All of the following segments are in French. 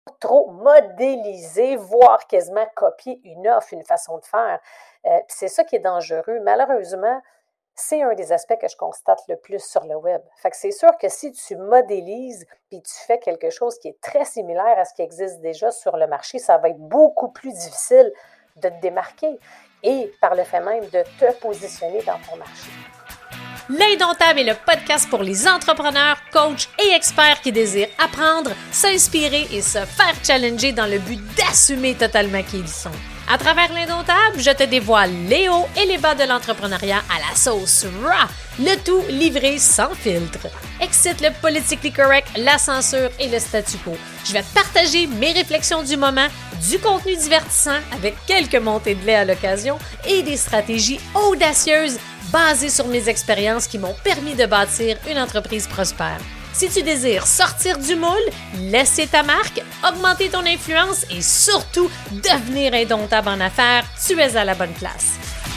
trop modéliser, voire quasiment copier une offre, une façon de faire. Puis c'est ça qui est dangereux. Malheureusement, c'est un des aspects que je constate le plus sur le web. Fait que c'est sûr que si tu modélises puis tu fais quelque chose qui est très similaire à ce qui existe déjà sur le marché, ça va être beaucoup plus difficile de te démarquer et par le fait même de te positionner dans ton marché. L'Indomptable est le podcast pour les entrepreneurs, coachs et experts qui désirent apprendre, s'inspirer et se faire challenger dans le but d'assumer totalement qui ils sont. À travers l'Indomptable, je te dévoile les hauts et les bas de l'entrepreneuriat à la sauce raw, le tout livré sans filtre. Excite le politically correct, la censure et le statu quo. Je vais te partager mes réflexions du moment, du contenu divertissant avec quelques montées de lait à l'occasion et des stratégies audacieuses basées sur mes expériences qui m'ont permis de bâtir une entreprise prospère. Si tu désires sortir du moule, laisser ta marque, augmenter ton influence et surtout devenir indomptable en affaires, tu es à la bonne place.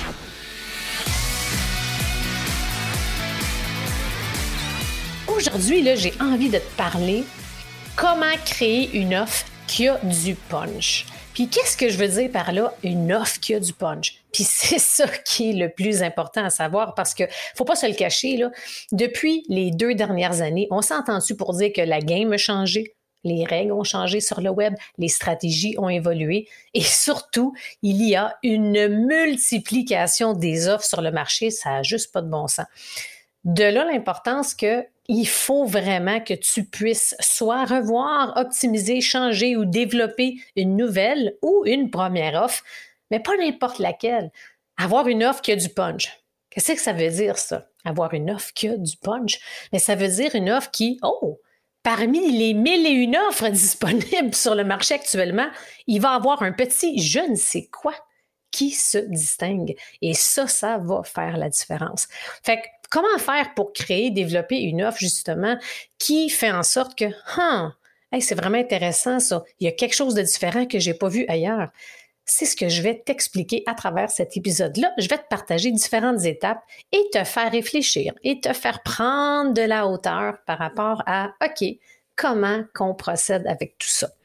Aujourd'hui, là, j'ai envie de te parler comment créer une offre qui a du punch. Puis qu'est-ce que je veux dire par là, une offre qui a du punch? Puis c'est ça qui est le plus important à savoir parce que faut pas se le cacher, là. Depuis les 2 dernières années, on s'est entendu pour dire que la game a changé, les règles ont changé sur le web, les stratégies ont évolué et surtout, il y a une multiplication des offres sur le marché, ça n'a juste pas de bon sens. De là, l'importance qu'il faut vraiment que tu puisses soit revoir, optimiser, changer ou développer une nouvelle ou une première offre, mais pas n'importe laquelle. Avoir une offre qui a du punch. Qu'est-ce que ça veut dire, ça? Avoir une offre qui a du punch? Mais ça veut dire une offre qui, parmi les 1001 offres disponibles sur le marché actuellement, il va avoir un petit je ne sais quoi qui se distingue. Et ça va faire la différence. Fait que, comment faire pour créer, développer une offre, justement, qui fait en sorte que, c'est vraiment intéressant, ça. Il y a quelque chose de différent que j'ai pas vu ailleurs. C'est ce que je vais t'expliquer à travers cet épisode-là. Je vais te partager différentes étapes et te faire réfléchir et te faire prendre de la hauteur par rapport à, comment qu'on procède avec tout ça.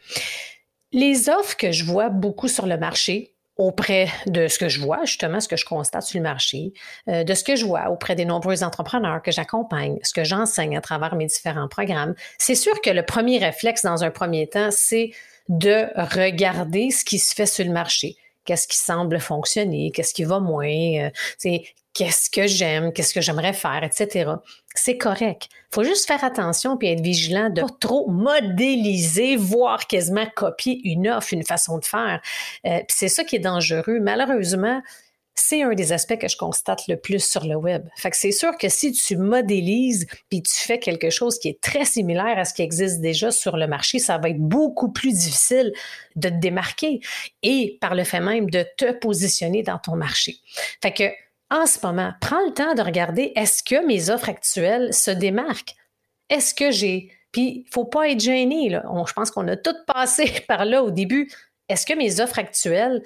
Les offres que je vois beaucoup sur le marché, auprès de ce que je vois, justement, ce que je constate sur le marché, de ce que je vois auprès des nombreux entrepreneurs que j'accompagne, ce que j'enseigne à travers mes différents programmes, c'est sûr que le premier réflexe dans un premier temps, c'est de regarder ce qui se fait sur le marché. Qu'est-ce qui semble fonctionner, qu'est-ce qui va moins, qu'est-ce que j'aime, qu'est-ce que j'aimerais faire, etc. C'est correct. Il faut juste faire attention et être vigilant de pas trop modéliser, voire quasiment copier une offre, une façon de faire. Puis c'est ça qui est dangereux. Malheureusement, c'est un des aspects que je constate le plus sur le web. Fait que c'est sûr que si tu modélises puis tu fais quelque chose qui est très similaire à ce qui existe déjà sur le marché, ça va être beaucoup plus difficile de te démarquer et par le fait même de te positionner dans ton marché. Fait que en ce moment, prends le temps de regarder, est-ce que mes offres actuelles se démarquent? Est-ce que j'ai... Puis, il ne faut pas être gêné, là. Je pense qu'on a tous passé par là au début. Est-ce que mes offres actuelles,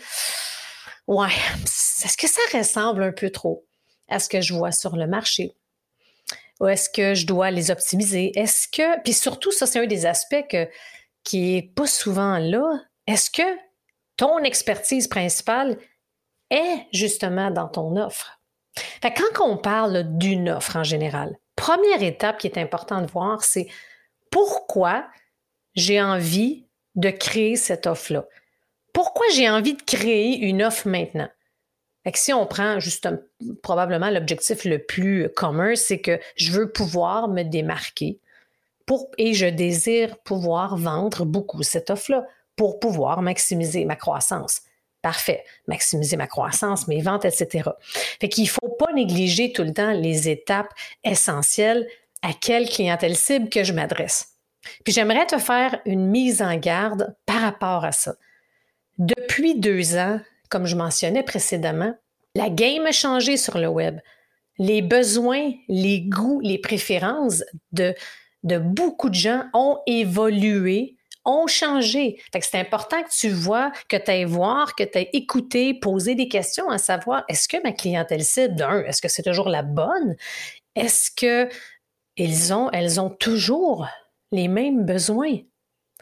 est-ce que ça ressemble un peu trop à ce que je vois sur le marché? Ou est-ce que je dois les optimiser? Puis surtout, ça, c'est un des aspects qui n'est pas souvent là. Est-ce que ton expertise principale est justement dans ton offre? Fait que quand on parle d'une offre en général, première étape qui est importante de voir, c'est pourquoi j'ai envie de créer cette offre-là. Pourquoi j'ai envie de créer une offre maintenant? Fait que si on prend justement probablement l'objectif le plus commun, c'est que je veux pouvoir me démarquer et je désire pouvoir vendre beaucoup cette offre-là pour pouvoir maximiser ma croissance. Parfait, maximiser ma croissance, mes ventes, etc. Fait qu'il ne faut pas négliger tout le temps les étapes essentielles à quelle clientèle cible que je m'adresse. Puis j'aimerais te faire une mise en garde par rapport à ça. Depuis 2 ans, comme je mentionnais précédemment, la game a changé sur le web. Les besoins, les goûts, les préférences de beaucoup de gens ont évolué, ont changé. Fait que c'est important que tu vois, que tu ailles voir, que tu ailles écouter, poser des questions à savoir, est-ce que ma clientèle cible, est-ce que c'est toujours la bonne? Est-ce que elles ont toujours les mêmes besoins?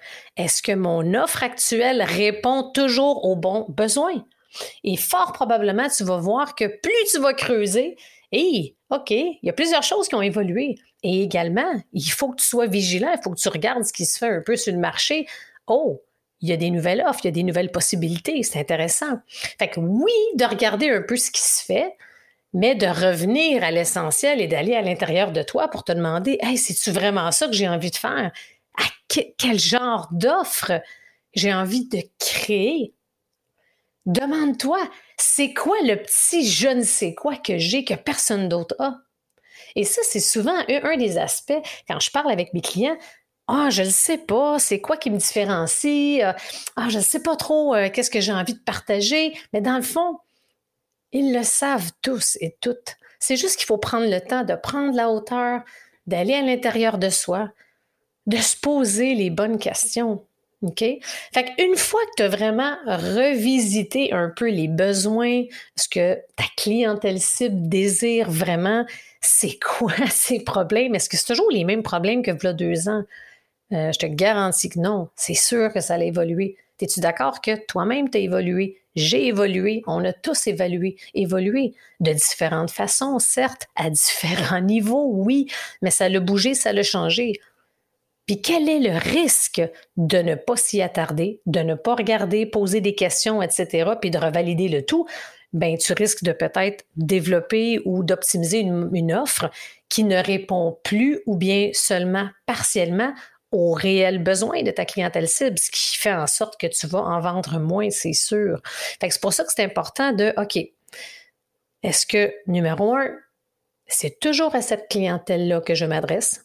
Est-ce que mon offre actuelle répond toujours aux bons besoins? Et fort probablement, tu vas voir que plus tu vas creuser, OK, il y a plusieurs choses qui ont évolué. Et également, il faut que tu sois vigilant, il faut que tu regardes ce qui se fait un peu sur le marché. Oh, il y a des nouvelles offres, il y a des nouvelles possibilités, c'est intéressant. Fait que oui, de regarder un peu ce qui se fait, mais de revenir à l'essentiel et d'aller à l'intérieur de toi pour te demander, hey, c'est-tu vraiment ça que j'ai envie de faire? Quel genre d'offre j'ai envie de créer? Demande-toi, c'est quoi le petit je ne sais quoi que j'ai que personne d'autre a? Et ça, c'est souvent un des aspects, quand je parle avec mes clients, je ne sais pas, c'est quoi qui me différencie? Je ne sais pas trop qu'est-ce que j'ai envie de partager. Mais dans le fond, ils le savent tous et toutes. C'est juste qu'il faut prendre le temps de prendre la hauteur, d'aller à l'intérieur de soi, de se poser les bonnes questions. OK? Fait qu'une fois que tu as vraiment revisité un peu les besoins, ce que ta clientèle cible désire vraiment, c'est quoi ces problèmes? Est-ce que c'est toujours les mêmes problèmes que il y a 2 ans? Je te garantis que non. C'est sûr que ça a évolué. Es-tu d'accord que toi-même, tu as évolué? J'ai évolué. On a tous évolué de différentes façons, certes, à différents niveaux, oui, mais ça l'a bougé, ça l'a changé. Puis quel est le risque de ne pas s'y attarder, de ne pas regarder, poser des questions, etc., puis de revalider le tout? Ben, tu risques de peut-être développer ou d'optimiser une offre qui ne répond plus ou bien seulement partiellement aux réels besoins de ta clientèle cible, ce qui fait en sorte que tu vas en vendre moins, c'est sûr. Fait que c'est pour ça que c'est important de, OK, est-ce que, numéro 1, c'est toujours à cette clientèle-là que je m'adresse?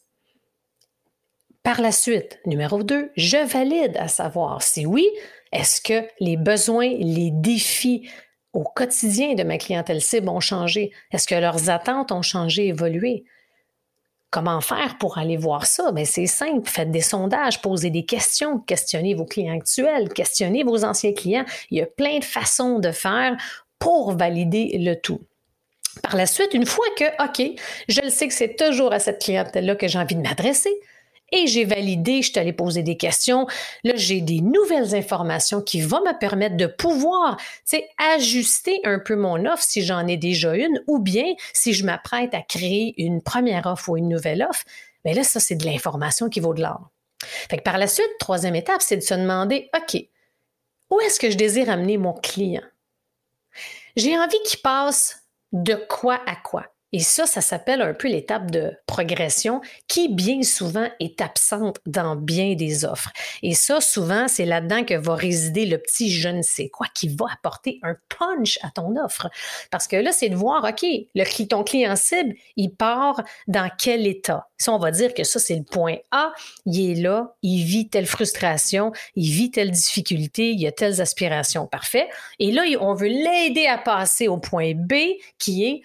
Par la suite, numéro 2, je valide à savoir si oui, est-ce que les besoins, les défis au quotidien de ma clientèle cible ont changé? Est-ce que leurs attentes ont changé, évolué? Comment faire pour aller voir ça? Bien, c'est simple, faites des sondages, posez des questions, questionnez vos clients actuels, questionnez vos anciens clients. Il y a plein de façons de faire pour valider le tout. Par la suite, une fois que, OK, je le sais que c'est toujours à cette clientèle-là que j'ai envie de m'adresser, et j'ai validé, je suis allée poser des questions. Là, j'ai des nouvelles informations qui vont me permettre de pouvoir, ajuster un peu mon offre si j'en ai déjà une, ou bien si je m'apprête à créer une première offre ou une nouvelle offre, bien là, ça, c'est de l'information qui vaut de l'or. Fait que par la suite, troisième étape, c'est de se demander, OK, où est-ce que je désire amener mon client? J'ai envie qu'il passe de quoi à quoi? Et ça s'appelle un peu l'étape de progression qui, bien souvent, est absente dans bien des offres. Et ça, souvent, c'est là-dedans que va résider le petit je ne sais quoi qui va apporter un punch à ton offre. Parce que là, c'est de voir, OK, ton client cible, il part dans quel état? Si on va dire que ça, c'est le point A, il est là, il vit telle frustration, il vit telle difficulté, il a telles aspirations, parfait. Et là, on veut l'aider à passer au point B qui est,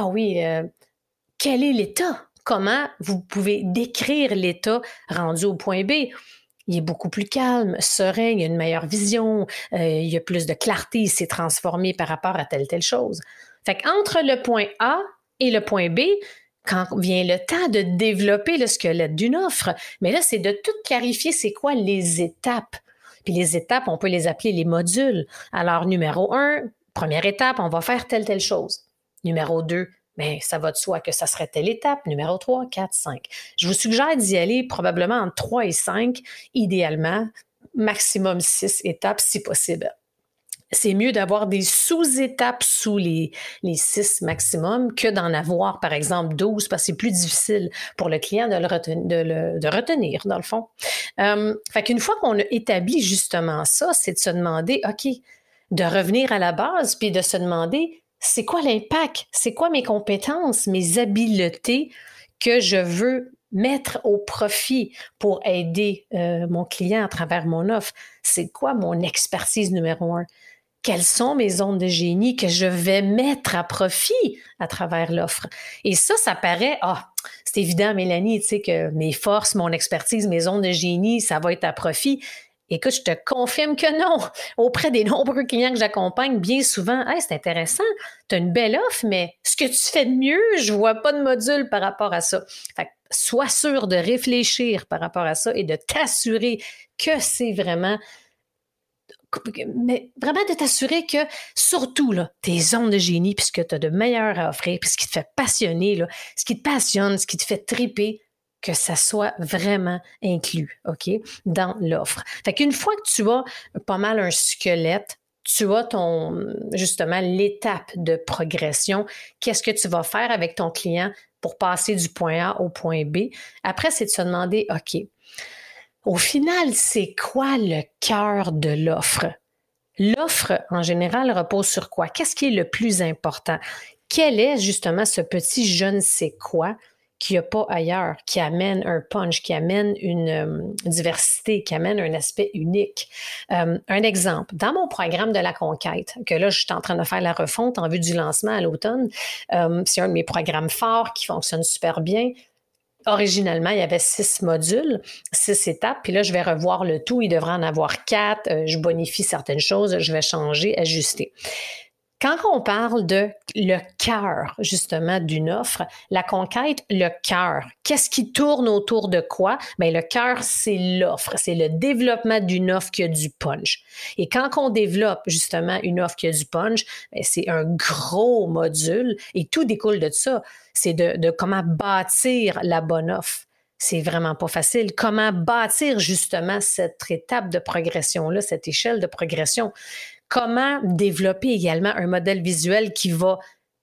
quel est l'état? Comment vous pouvez décrire l'état rendu au point B? Il est beaucoup plus calme, serein, il a une meilleure vision, il y a plus de clarté, il s'est transformé par rapport à telle chose. Fait qu'entre le point A et le point B, quand vient le temps de développer le squelette d'une offre, mais là, c'est de tout clarifier c'est quoi les étapes. Puis les étapes, on peut les appeler les modules. Alors, numéro 1, première étape, on va faire telle chose. Numéro 2, bien, ça va de soi que ça serait telle étape. Numéro 3, 4, 5. Je vous suggère d'y aller probablement entre 3 et 5, idéalement, maximum 6 étapes si possible. C'est mieux d'avoir des sous-étapes sous les 6 maximum que d'en avoir, par exemple, 12, parce que c'est plus difficile pour le client de retenir, dans le fond. Fait qu'une fois qu'on a établi justement ça, c'est de se demander, OK, de revenir à la base, puis de se demander, c'est quoi l'impact? C'est quoi mes compétences, mes habiletés que je veux mettre au profit pour aider mon client à travers mon offre? C'est quoi mon expertise numéro 1? Quelles sont mes zones de génie que je vais mettre à profit à travers l'offre? Et ça paraît, c'est évident, Mélanie, tu sais que mes forces, mon expertise, mes zones de génie, ça va être à profit. Écoute, je te confirme que non. Auprès des nombreux clients que j'accompagne, bien souvent, hey, c'est intéressant, tu as une belle offre, mais ce que tu fais de mieux, je vois pas de module par rapport à ça. Fait sois sûr de réfléchir par rapport à ça et de t'assurer que c'est vraiment... Mais vraiment de t'assurer que, surtout, là, tes zones de génie, puis ce que tu as de meilleur à offrir, puis ce qui te fait passionner, là, ce qui te passionne, ce qui te fait triper, que ça soit vraiment inclus, OK, dans l'offre. Fait qu'une fois que tu as pas mal un squelette, tu as justement, l'étape de progression. Qu'est-ce que tu vas faire avec ton client pour passer du point A au point B? Après, c'est de se demander, OK, au final, c'est quoi le cœur de l'offre? L'offre, en général, repose sur quoi? Qu'est-ce qui est le plus important? Quel est justement ce petit je ne sais quoi qu'il n'y a pas ailleurs, qui amène un punch, qui amène une diversité, qui amène un aspect unique? Un exemple, dans mon programme de la conquête, que là, je suis en train de faire la refonte en vue du lancement à l'automne, c'est un de mes programmes forts qui fonctionne super bien. Originalement, il y avait 6 modules, 6 étapes, puis là, je vais revoir le tout. Il devrait en avoir 4. Je bonifie certaines choses, je vais changer, ajuster. Quand on parle de le cœur, justement, d'une offre, la conquête, le cœur, qu'est-ce qui tourne autour de quoi? Bien, le cœur, c'est l'offre, c'est le développement d'une offre qui a du punch. Et quand on développe, justement, une offre qui a du punch, bien, c'est un gros module et tout découle de ça. C'est de comment bâtir la bonne offre. C'est vraiment pas facile. Comment bâtir, justement, cette étape de progression-là, cette échelle de progression? Comment développer également un modèle visuel qui va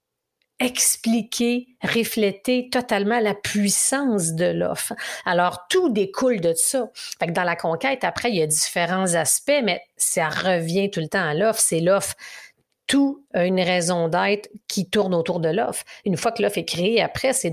expliquer, refléter totalement la puissance de l'offre. Alors, tout découle de ça. Fait que dans la conquête, après, il y a différents aspects, mais ça revient tout le temps à l'offre. C'est l'offre. Tout a une raison d'être qui tourne autour de l'offre. Une fois que l'offre est créée, après, c'est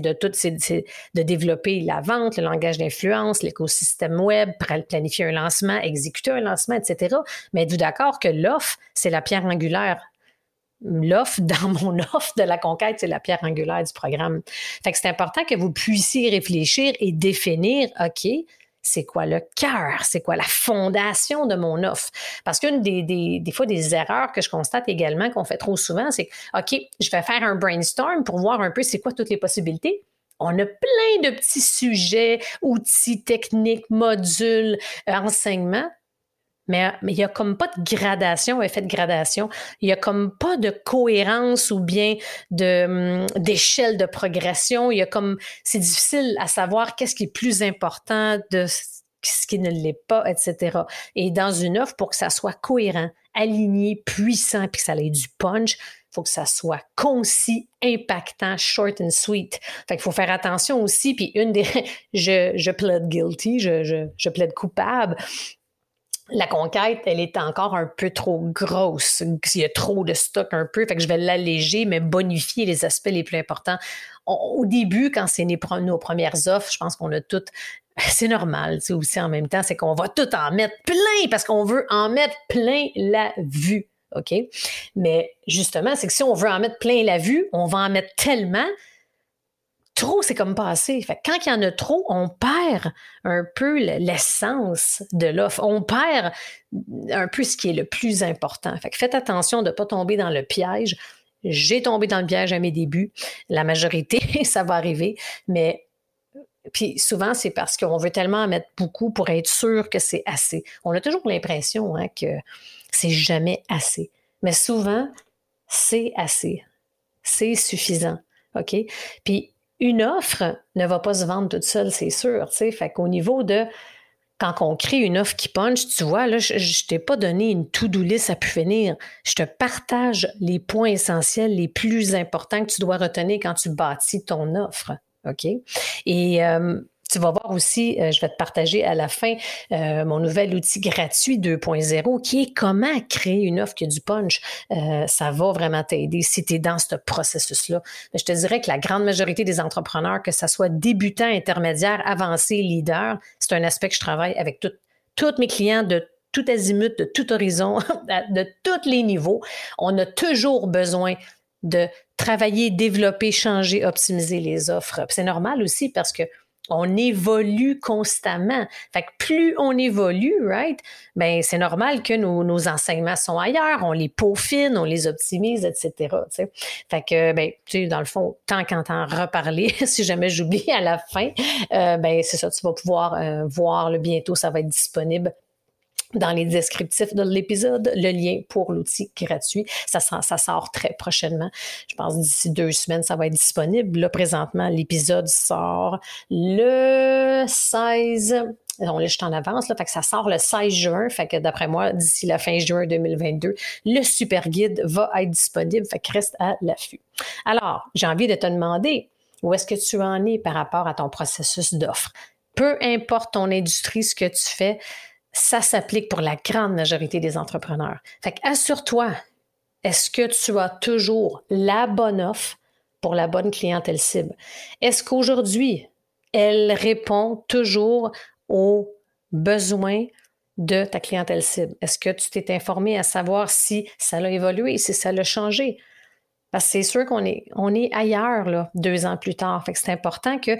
de développer la vente, le langage d'influence, l'écosystème web, planifier un lancement, exécuter un lancement, etc. Mais êtes-vous d'accord que l'offre, c'est la pierre angulaire? L'offre, dans mon offre de la conquête, c'est la pierre angulaire du programme. Fait que c'est important que vous puissiez réfléchir et définir, OK, c'est quoi le cœur? C'est quoi la fondation de mon offre? Parce qu'une des fois, des erreurs que je constate également qu'on fait trop souvent, c'est OK, je vais faire un brainstorm pour voir un peu c'est quoi toutes les possibilités. On a plein de petits sujets, outils, techniques, modules, enseignements. Mais il n'y a comme pas de gradation, effet de gradation. Il n'y a comme pas de cohérence ou bien d'échelle de progression. C'est difficile à savoir qu'est-ce qui est plus important de ce qui ne l'est pas, etc. Et dans une offre, pour que ça soit cohérent, aligné, puissant, puis que ça ait du punch, il faut que ça soit concis, impactant, short and sweet. Fait qu'il faut faire attention aussi. Puis je plaide guilty, je plaide coupable. La conquête, elle est encore un peu trop grosse. Il y a trop de stock un peu, fait que je vais l'alléger, mais bonifier les aspects les plus importants. Au début, quand c'est nos premières offres, je pense qu'on a toutes... C'est normal, tu sais, aussi en même temps, c'est qu'on va tout en mettre plein parce qu'on veut en mettre plein la vue, OK? Mais justement, c'est que si on veut en mettre plein la vue, on va en mettre tellement... Trop, c'est comme pas assez. Fait que quand il y en a trop, on perd un peu l'essence de l'offre. On perd un peu ce qui est le plus important. Fait que faites attention de ne pas tomber dans le piège. J'ai tombé dans le piège à mes débuts. La majorité, ça va arriver. Mais puis souvent, c'est parce qu'on veut tellement en mettre beaucoup pour être sûr que c'est assez. On a toujours l'impression que c'est jamais assez. Mais souvent, c'est assez. C'est suffisant. OK? Puis, une offre ne va pas se vendre toute seule, c'est sûr. T'sais. Fait qu'au niveau de quand on crée une offre qui punch, tu vois, là, je ne t'ai pas donné une to-do list à pu finir. Je te partage les points essentiels, les plus importants que tu dois retenir quand tu bâtis ton offre. OK? Et tu vas voir aussi, je vais te partager à la fin mon nouvel outil gratuit 2.0 qui est comment créer une offre qui a du punch. Ça va vraiment t'aider si tu es dans ce processus-là. Mais je te dirais que la grande majorité des entrepreneurs, que ce soit débutants, intermédiaires, avancés, leaders, c'est un aspect que je travaille avec tous mes clients de tout azimut, de tout horizon, de tous les niveaux. On a toujours besoin de travailler, développer, changer, optimiser les offres. Puis c'est normal aussi parce que On évolue constamment. Fait que plus on évolue, right, ben c'est normal que nos enseignements sont ailleurs, on les peaufine, on les optimise, etc. T'sais. Fait que, ben, tu sais, dans le fond, tant qu'en t'en reparler, si jamais j'oublie à la fin, ben c'est ça, tu vas pouvoir voir bientôt, ça va être disponible dans les descriptifs de l'épisode, le lien pour l'outil gratuit. Ça sort très prochainement. Je pense d'ici 2 semaines, ça va être disponible. Là, présentement, l'épisode sort le 16. Là, je suis en avance, là, fait que ça sort le 16 juin. Fait que d'après moi, d'ici la fin juin 2022, le super guide va être disponible. Fait que reste à l'affût. Alors, j'ai envie de te demander, où est-ce que tu en es par rapport à ton processus d'offre? Peu importe ton industrie, ce que tu fais, ça s'applique pour la grande majorité des entrepreneurs. Fait qu'assure-toi, est-ce que tu as toujours la bonne offre pour la bonne clientèle cible? Est-ce qu'aujourd'hui, elle répond toujours aux besoins de ta clientèle cible? Est-ce que tu t'es informé à savoir si ça a évolué, si ça a changé? Parce que c'est sûr qu'on est ailleurs là, 2 ans plus tard. Fait que c'est important que,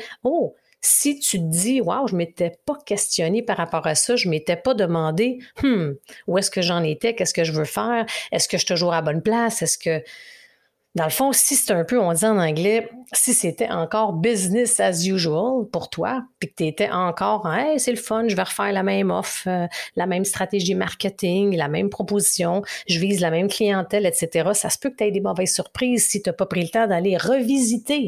si tu te dis, waouh, je ne m'étais pas questionné par rapport à ça, je ne m'étais pas demandé, où est-ce que j'en étais, qu'est-ce que je veux faire, est-ce que je suis toujours à la bonne place, est-ce que, dans le fond, si c'est un peu, on dit en anglais, si c'était encore business as usual pour toi, puis que tu étais encore, hey, c'est le fun, je vais refaire la même offre, la même stratégie marketing, la même proposition, je vise la même clientèle, etc., ça se peut que tu aies des mauvaises surprises si tu n'as pas pris le temps d'aller revisiter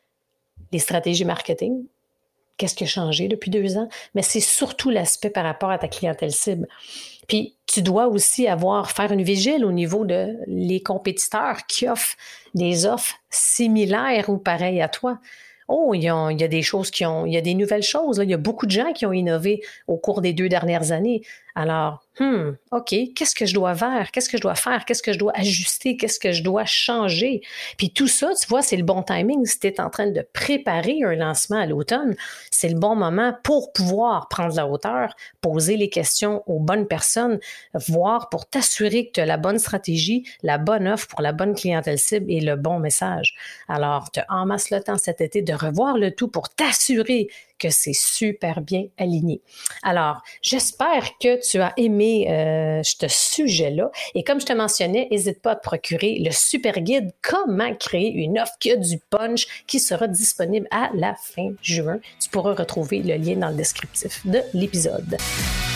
les stratégies marketing. Qu'est-ce qui a changé depuis 2 ans? Mais c'est surtout l'aspect par rapport à ta clientèle cible. Puis, tu dois aussi faire une vigile au niveau de les compétiteurs qui offrent des offres similaires ou pareilles à toi. Il y a des choses il y a des nouvelles choses. Là. Il y a beaucoup de gens qui ont innové au cours des 2 dernières années. Alors, OK, qu'est-ce que je dois faire? Qu'est-ce que je dois faire? Qu'est-ce que je dois ajuster? Qu'est-ce que je dois changer? Puis tout ça, tu vois, c'est le bon timing. Si tu es en train de préparer un lancement à l'automne, c'est le bon moment pour pouvoir prendre la hauteur, poser les questions aux bonnes personnes, voir pour t'assurer que tu as la bonne stratégie, la bonne offre pour la bonne clientèle cible et le bon message. Alors, tu amasses le temps cet été de revoir le tout pour t'assurer que c'est super bien aligné. Alors, j'espère que tu as aimé ce sujet-là. Et comme je te mentionnais, n'hésite pas à te procurer le super guide « Comment créer une offre qui a du punch » qui sera disponible à la fin juin. Tu pourras retrouver le lien dans le descriptif de l'épisode.